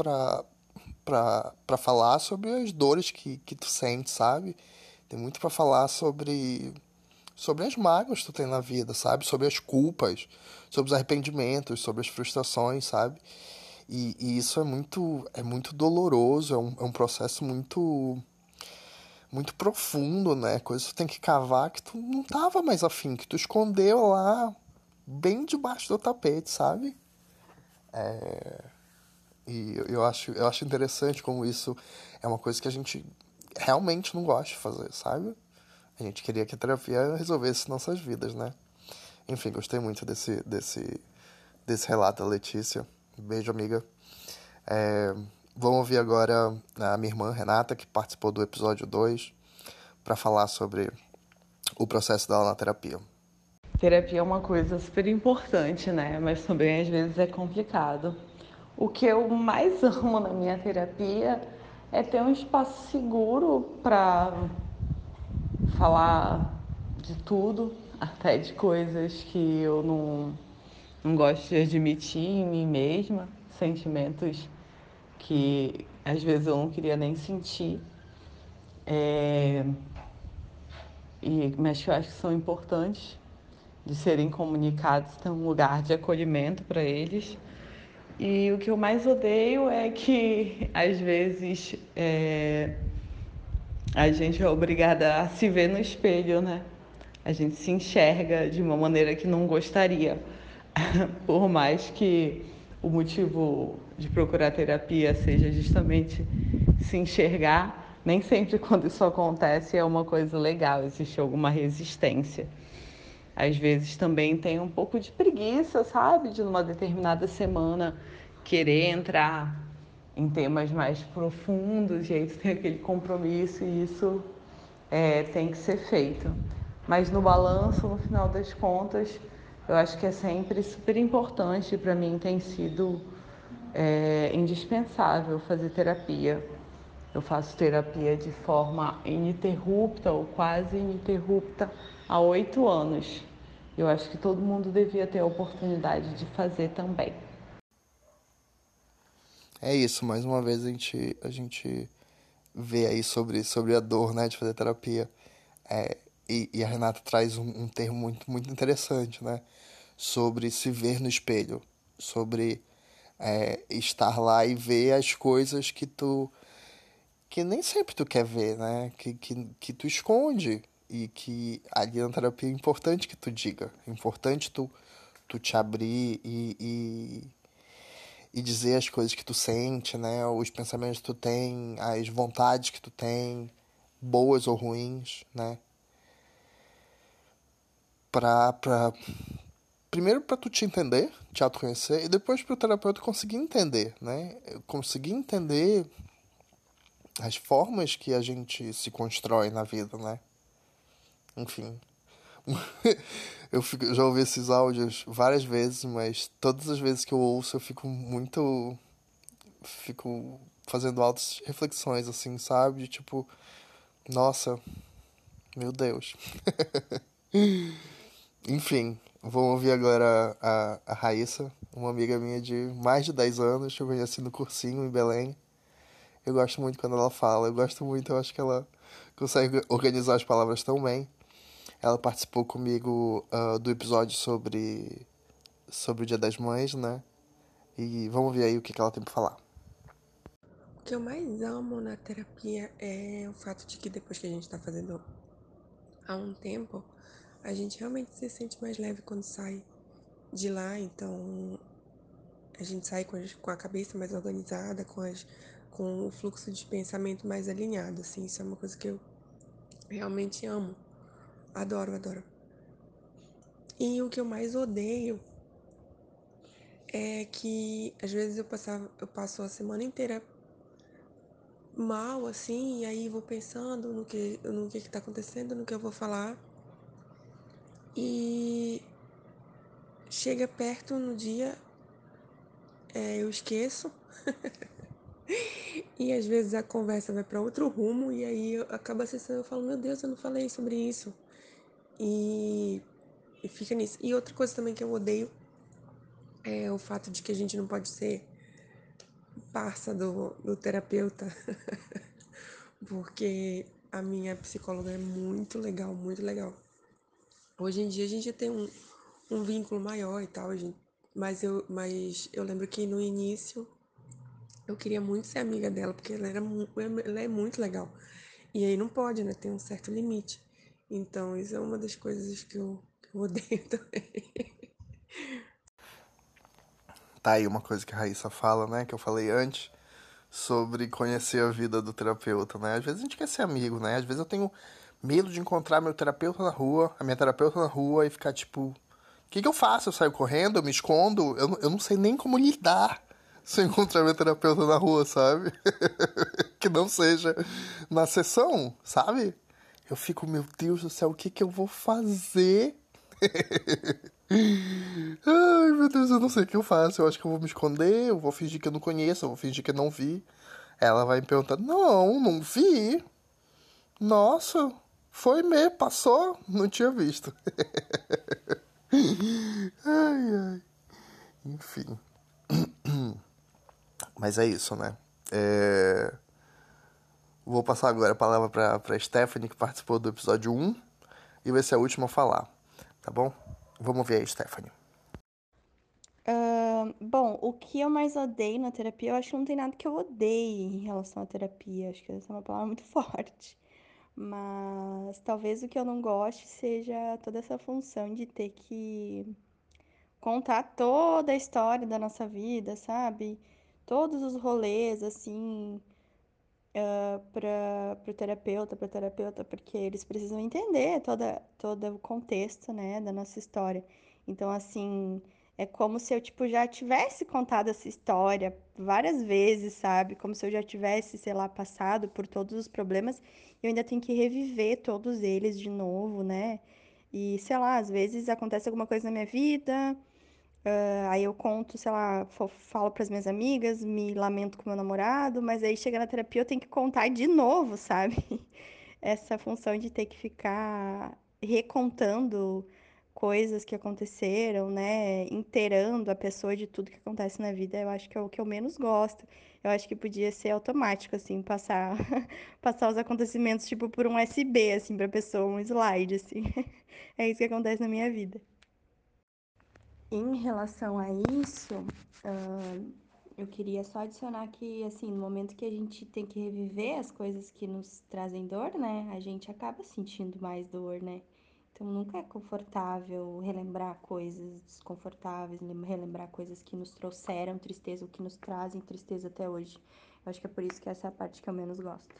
pra falar sobre as dores que tu sente, sabe? Tem muito pra falar sobre as mágoas que tu tem na vida, sabe? Sobre as culpas, sobre os arrependimentos, sobre as frustrações, sabe? E isso é muito doloroso, é um processo muito profundo, né? Coisa que tu tem que cavar que tu não tava mais afim, que tu escondeu lá bem debaixo do tapete, sabe? E eu acho interessante como isso é uma coisa que a gente realmente não gosta de fazer, sabe? A gente queria que a terapia resolvesse nossas vidas, né? Enfim, gostei muito desse relato da Letícia. Beijo, amiga. É, vamos ouvir agora a minha irmã Renata, que participou do episódio 2, para falar sobre o processo dela na terapia. Terapia é uma coisa super importante, né? Mas também às vezes é complicado. O que eu mais amo na minha terapia é ter um espaço seguro para falar de tudo, até de coisas que eu não gosto de admitir em mim mesma, sentimentos que às vezes eu não queria nem sentir, mas que eu acho que são importantes de serem comunicados, ter um lugar de acolhimento para eles. E o que eu mais odeio é que, às vezes, a gente é obrigada a se ver no espelho, né? A gente se enxerga de uma maneira que não gostaria. Por mais que o motivo de procurar terapia seja justamente se enxergar, nem sempre quando isso acontece é uma coisa legal, existe alguma resistência. Às vezes também tem um pouco de preguiça, sabe? De numa determinada semana querer entrar em temas mais profundos, e aí tu tem aquele compromisso e isso tem que ser feito. Mas no balanço, no final das contas, eu acho que é sempre super importante, para mim tem sido indispensável fazer terapia. Eu faço terapia de forma ininterrupta ou quase ininterrupta há 8 anos. Eu acho que todo mundo devia ter a oportunidade de fazer também. É isso, mais uma vez a gente vê aí sobre a dor, né, de fazer terapia. E a Renata traz um termo muito interessante, né? Sobre se ver no espelho, sobre estar lá e ver as coisas que nem sempre tu quer ver, né? Que tu esconde e que ali na terapia é importante que tu diga, é importante tu te abrir e dizer as coisas que tu sente, né? Os pensamentos que tu tem, as vontades que tu tem, boas ou ruins, né? Pra primeiro para tu te entender, te autoconhecer, e depois para o terapeuta conseguir entender, né? Conseguir entender as formas que a gente se constrói na vida, né? Enfim. Já ouvi esses áudios várias vezes, mas todas as vezes que eu ouço eu fico muito. Fico fazendo altas reflexões, assim, sabe? De tipo, nossa, meu Deus. Enfim, vamos ouvir agora a Raíssa, uma amiga minha de mais de 10 anos, que eu conheci no cursinho em Belém. Eu gosto muito quando ela fala, eu gosto muito, eu acho que ela consegue organizar as palavras tão bem. Ela participou comigo do episódio sobre o Dia das Mães, né? E vamos ver aí o que ela tem pra falar. O que eu mais amo na terapia é o fato de que depois que a gente tá fazendo há um tempo, a gente realmente se sente mais leve quando sai de lá, então a gente sai com a cabeça mais organizada, com o fluxo de pensamento mais alinhado, assim, isso é uma coisa que eu realmente amo, adoro, adoro. E o que eu mais odeio é que às vezes eu passo a semana inteira mal, assim, e aí vou pensando no que tá acontecendo, no que eu vou falar, e chega perto no dia, eu esqueço. E às vezes a conversa vai para outro rumo e aí acaba acessando, eu falo, meu Deus, eu não falei sobre isso. E, e fica nisso. E outra coisa também que eu odeio é o fato de que a gente não pode ser parça do terapeuta, porque a minha psicóloga é muito legal, muito legal. Hoje em dia a gente tem um vínculo maior e tal, mas eu lembro que no início eu queria muito ser amiga dela, porque ela é muito legal. E aí não pode, né? Tem um certo limite. Então, isso é uma das coisas que eu odeio também. Tá aí uma coisa que a Raíssa fala, né? Que eu falei antes, sobre conhecer a vida do terapeuta, né? Às vezes a gente quer ser amigo, né? Às vezes eu tenho medo de encontrar meu terapeuta na rua, a minha terapeuta na rua e ficar tipo, o que eu faço? Eu saio correndo, eu me escondo? Eu não sei nem como lidar se eu encontrar meu terapeuta na rua, sabe? Que não seja na sessão, sabe? Eu fico, meu Deus do céu, o que eu vou fazer? Ai, meu Deus, eu não sei o que eu faço. Eu acho que eu vou me esconder, eu vou fingir que eu não conheço, eu vou fingir que eu não vi. Ela vai me perguntar, não vi. Nossa, foi mesmo, passou, não tinha visto. Ai, ai. Enfim. Mas é isso, né? Vou passar agora a palavra pra Stephanie, que participou do episódio 1, e vai ser a última a falar, tá bom? Vamos ver aí, Stephanie. Bom, o que eu mais odeio na terapia, eu acho que não tem nada que eu odeie em relação à terapia. Acho que essa é uma palavra muito forte. Mas talvez o que eu não goste seja toda essa função de ter que contar toda a história da nossa vida, sabe? Todos os rolês, assim, para o terapeuta, para terapeuta, porque eles precisam entender todo o contexto, né, da nossa história. Então, assim, é como se eu, tipo, já tivesse contado essa história várias vezes, sabe? Como se eu já tivesse, sei lá, passado por todos os problemas e eu ainda tenho que reviver todos eles de novo, né? E, sei lá, às vezes acontece alguma coisa na minha vida. Aí eu conto, sei lá, falo para as minhas amigas, me lamento com meu namorado, mas aí chega na terapia eu tenho que contar de novo, sabe? Essa função de ter que ficar recontando coisas que aconteceram, né? Inteirando a pessoa de tudo que acontece na vida, eu acho que é o que eu menos gosto. Eu acho que podia ser automático, assim, passar, passar os acontecimentos, tipo, por um USB, assim, pra pessoa, um slide, assim. É isso que acontece na minha vida. Em relação a isso, eu queria só adicionar que, assim, no momento que a gente tem que reviver as coisas que nos trazem dor, né, a gente acaba sentindo mais dor, né? Então nunca é confortável relembrar coisas desconfortáveis, relembrar coisas que nos trouxeram tristeza ou que nos trazem tristeza até hoje. Eu acho que é por isso que essa é a parte que eu menos gosto.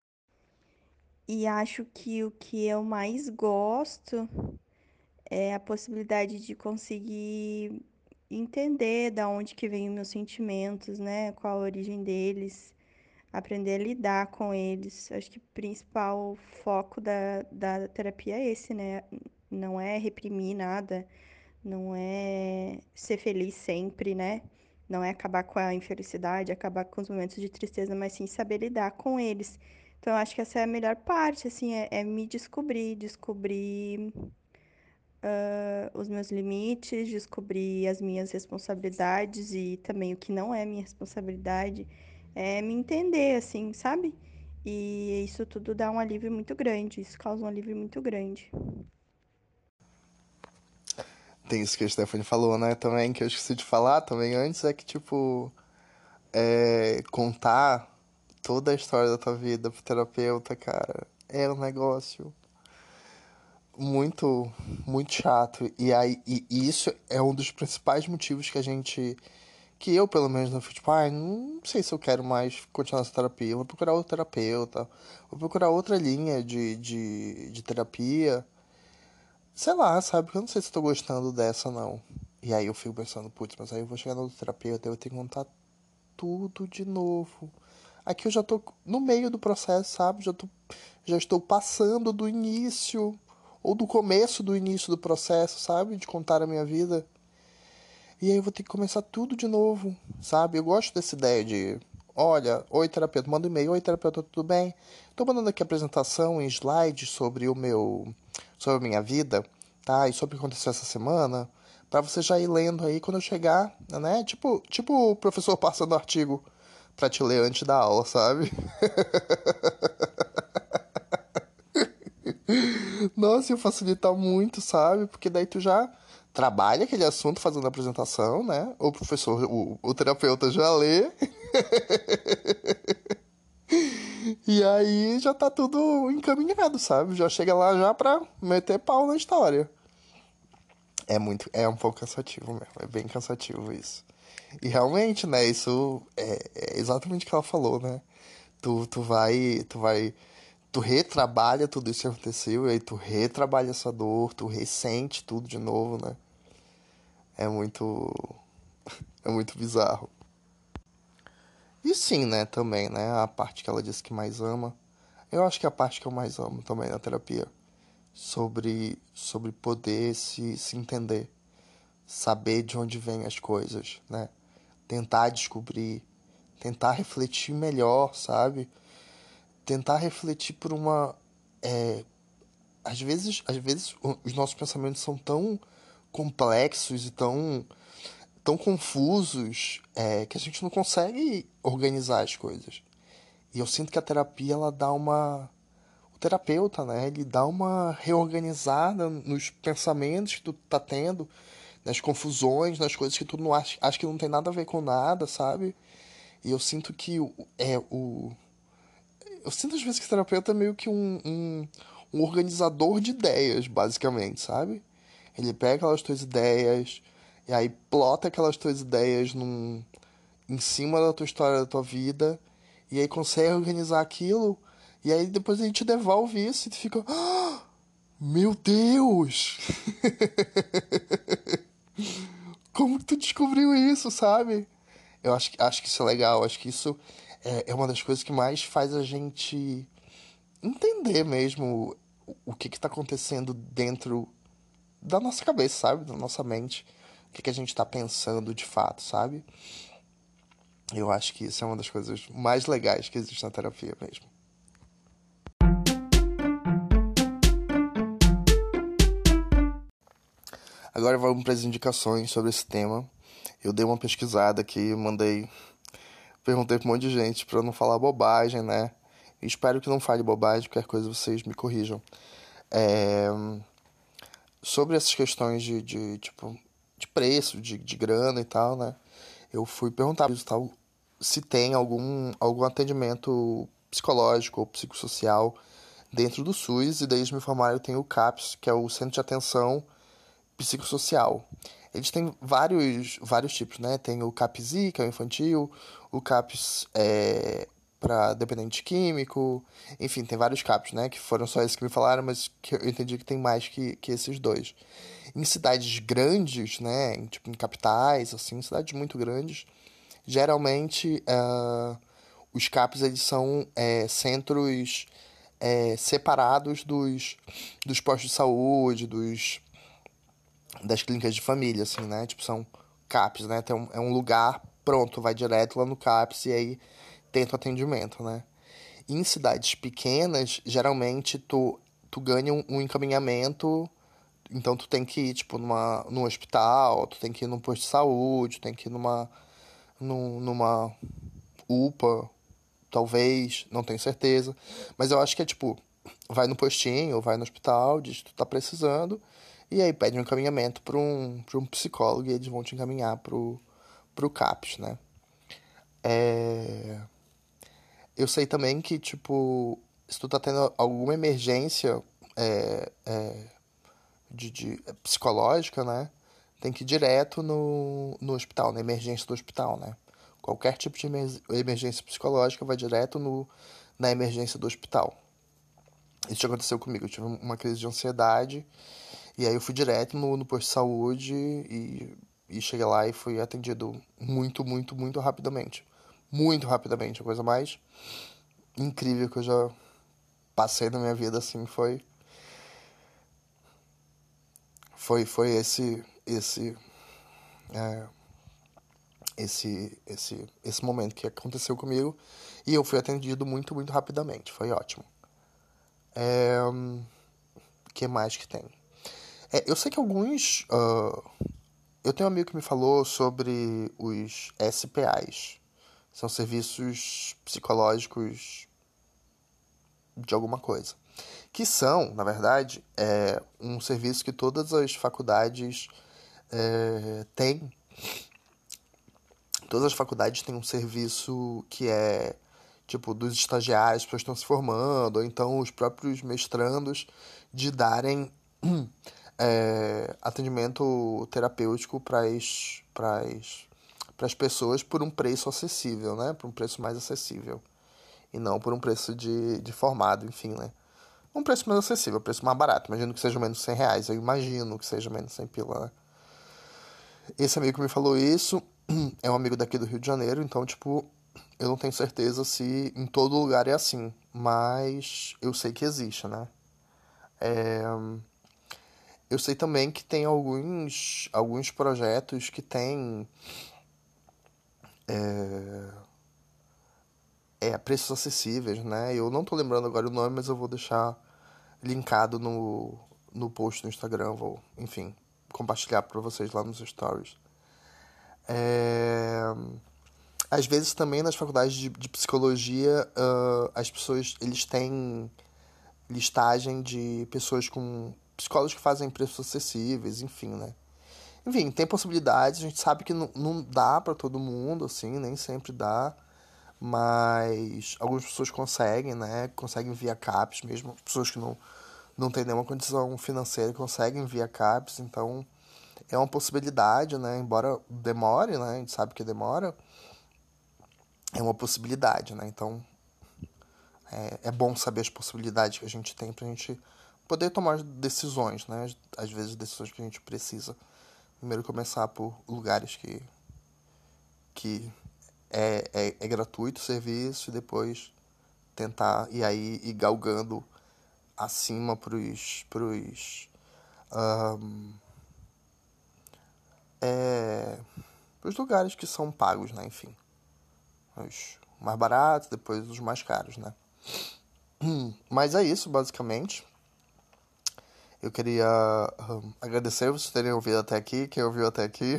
E acho que o que eu mais gosto é a possibilidade de conseguir entender da onde que vêm os meus sentimentos, né? Qual a origem deles, aprender a lidar com eles. Acho que o principal foco da terapia é esse, né? Não é reprimir nada, não é ser feliz sempre, né? Não é acabar com a infelicidade, acabar com os momentos de tristeza, mas sim saber lidar com eles. Então, eu acho que essa é a melhor parte, assim, é me descobrir os meus limites, descobrir as minhas responsabilidades e também o que não é minha responsabilidade, é me entender, assim, sabe? E isso tudo dá um alívio muito grande, isso causa um alívio muito grande. Tem isso que a Stephanie falou, né? Também, que eu esqueci de falar também antes, é que, tipo, contar toda a história da tua vida pro terapeuta, cara, é um negócio muito, muito chato. E isso é um dos principais motivos que eu, pelo menos, não fui, tipo, não sei se eu quero mais continuar essa terapia. Eu vou procurar outro terapeuta, vou procurar outra linha de terapia. Sei lá, sabe? Porque eu não sei se eu tô gostando dessa, não. E aí eu fico pensando, putz, mas aí eu vou chegar no outro terapeuta, eu vou ter que contar tudo de novo. Aqui eu já tô no meio do processo, sabe? Já estou passando do início, ou do começo do início do processo, sabe? De contar a minha vida. E aí eu vou ter que começar tudo de novo, sabe? Eu gosto dessa ideia de, olha, oi terapeuta, manda um e-mail, oi terapeuta, tudo bem? Tô mandando aqui a apresentação em slides sobre a minha vida, tá? E sobre o que aconteceu essa semana, pra você já ir lendo aí quando eu chegar, né? Tipo o professor passando o artigo pra te ler antes da aula, sabe? Nossa, ia facilitar muito, sabe? Porque daí tu já trabalha aquele assunto fazendo a apresentação, né? O professor, o terapeuta já lê. E aí já tá tudo encaminhado, sabe? Já chega lá já pra meter pau na história. É um pouco cansativo mesmo, é bem cansativo isso. E realmente, né, isso é exatamente o que ela falou, né? Tu retrabalha tudo isso que aconteceu, e aí tu retrabalha essa dor, tu ressente tudo de novo, né? É muito, é muito bizarro. E sim, né, também, né, a parte que ela disse que mais ama. Eu acho que é a parte que eu mais amo também na terapia. Sobre poder se entender. Saber de onde vêm as coisas, né? Tentar descobrir. Tentar refletir melhor, sabe? Tentar refletir por uma... às vezes os nossos pensamentos são tão complexos e tão confusos que a gente não consegue organizar as coisas. E eu sinto que a terapia, ela dá uma... O terapeuta, né? Ele dá uma reorganizada nos pensamentos que tu tá tendo, nas confusões, nas coisas que tu não acha que não tem nada a ver com nada, sabe? E eu sinto que eu sinto às vezes que o terapeuta é meio que um organizador de ideias, basicamente, sabe? Ele pega aquelas tuas ideias e aí plota aquelas tuas ideias em cima da tua história, da tua vida, e aí consegue organizar aquilo, e aí depois ele te devolve isso e tu fica, "Ah, meu Deus! Como que tu descobriu isso, sabe? Eu acho que isso é legal, acho que isso é uma das coisas que mais faz a gente entender mesmo o que tá acontecendo dentro da nossa cabeça, sabe? Da nossa mente. O que a gente tá pensando de fato, sabe? Eu acho que isso é uma das coisas mais legais que existe na terapia mesmo. Agora vamos para as indicações sobre esse tema. Eu dei uma pesquisada aqui, perguntei para um monte de gente para não falar bobagem, né? E espero que não fale bobagem, qualquer coisa vocês me corrijam. Sobre essas questões tipo, de preço, de grana e tal, né? Eu fui perguntar tal, se tem algum atendimento psicológico ou psicossocial dentro do SUS, e daí eles me informaram que tem o CAPS, que é o Centro de Atenção Psicossocial. Eles têm vários tipos, né? Tem o CAPS-I, que é o infantil, o CAPS para dependente químico, enfim, tem vários CAPS, né? Que foram só esses que me falaram, mas que eu entendi que tem mais que esses dois. Em cidades grandes, né? Tipo, em capitais, assim, cidades muito grandes, geralmente os CAPs eles são centros separados dos postos de saúde, das clínicas de família, assim, né? Tipo, são CAPs, né? É um lugar pronto, vai direto lá no CAPS e aí tenta o atendimento, né? E em cidades pequenas, geralmente tu ganha um encaminhamento, então tu tem que ir, tipo, num hospital, tu tem que ir num posto de saúde, tu tem que ir numa UPA, talvez, não tenho certeza. Mas eu acho que é tipo, vai no postinho, vai no hospital, diz que tu tá precisando, e aí pede um encaminhamento pra um psicólogo e eles vão te encaminhar pro CAPS, né? Eu sei também que, tipo, se tu tá tendo alguma emergência psicológica, né? Tem que ir direto no hospital, na emergência do hospital, né? Qualquer tipo de emergência psicológica vai direto na emergência do hospital. Isso já aconteceu comigo. Eu tive uma crise de ansiedade e aí eu fui direto no posto de saúde e cheguei lá e fui atendido muito, muito, muito rapidamente. Muito rapidamente. A coisa mais incrível que eu já passei na minha vida, assim, foi esse momento que aconteceu comigo e eu fui atendido muito, muito rapidamente. Foi ótimo. Que mais que tem? Eu sei que alguns... eu tenho um amigo que me falou sobre os SPAs. São serviços psicológicos de alguma coisa. Que são, na verdade, um serviço que todas as faculdades têm. Todas as faculdades têm um serviço que é, tipo, dos estagiários, pessoas que estão se formando, ou então os próprios mestrandos, de darem atendimento terapêutico para as pessoas por um preço acessível, né? Por um preço mais acessível. E não por um preço de formado, enfim, né? Um preço mais acessível, um preço mais barato. Imagino que seja menos de R$100. Eu imagino que seja menos de 100 pila, né? Esse amigo que me falou isso é um amigo daqui do Rio de Janeiro, então, tipo, eu não tenho certeza se em todo lugar é assim, mas eu sei que existe, né? Eu sei também que tem alguns projetos que tem preços acessíveis, né? Eu não tô lembrando agora o nome, mas eu vou deixar linkado no post no Instagram, vou, enfim, compartilhar para vocês lá nos stories. Às vezes também nas faculdades de psicologia, as pessoas, eles têm listagem de pessoas com psicólogos que fazem preços acessíveis, enfim, né? Enfim, tem possibilidades, a gente sabe que não dá para todo mundo, assim, nem sempre dá, mas algumas pessoas conseguem, né? Conseguem via CAPES, mesmo pessoas que não têm nenhuma condição financeira conseguem via CAPES, então é uma possibilidade, né? Embora demore, né? A gente sabe que demora, é uma possibilidade, né? Então é bom saber as possibilidades que a gente tem pra gente poder tomar decisões, né? Às vezes decisões que a gente precisa. Primeiro começar por lugares que é gratuito o serviço e depois tentar e aí ir galgando acima pros lugares que são pagos, né? Enfim, os mais baratos, depois os mais caros, né? Mas é isso, basicamente. Eu queria agradecer vocês terem ouvido até aqui, quem ouviu até aqui.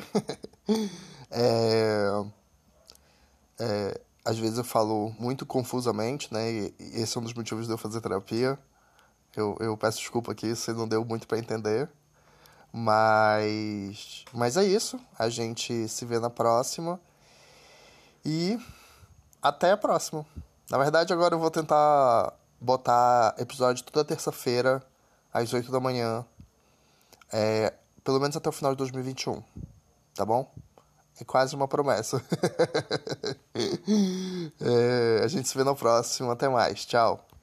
Às vezes eu falo muito confusamente, né? E esse é um dos motivos de eu fazer terapia. Eu peço desculpa aqui se não deu muito pra entender. Mas é isso. A gente se vê na próxima. E até a próxima. Na verdade, agora eu vou tentar botar episódio toda terça-feira, às 8 da manhã. Pelo menos até o final de 2021. Tá bom? É quase uma promessa. A gente se vê na próxima. Até mais. Tchau.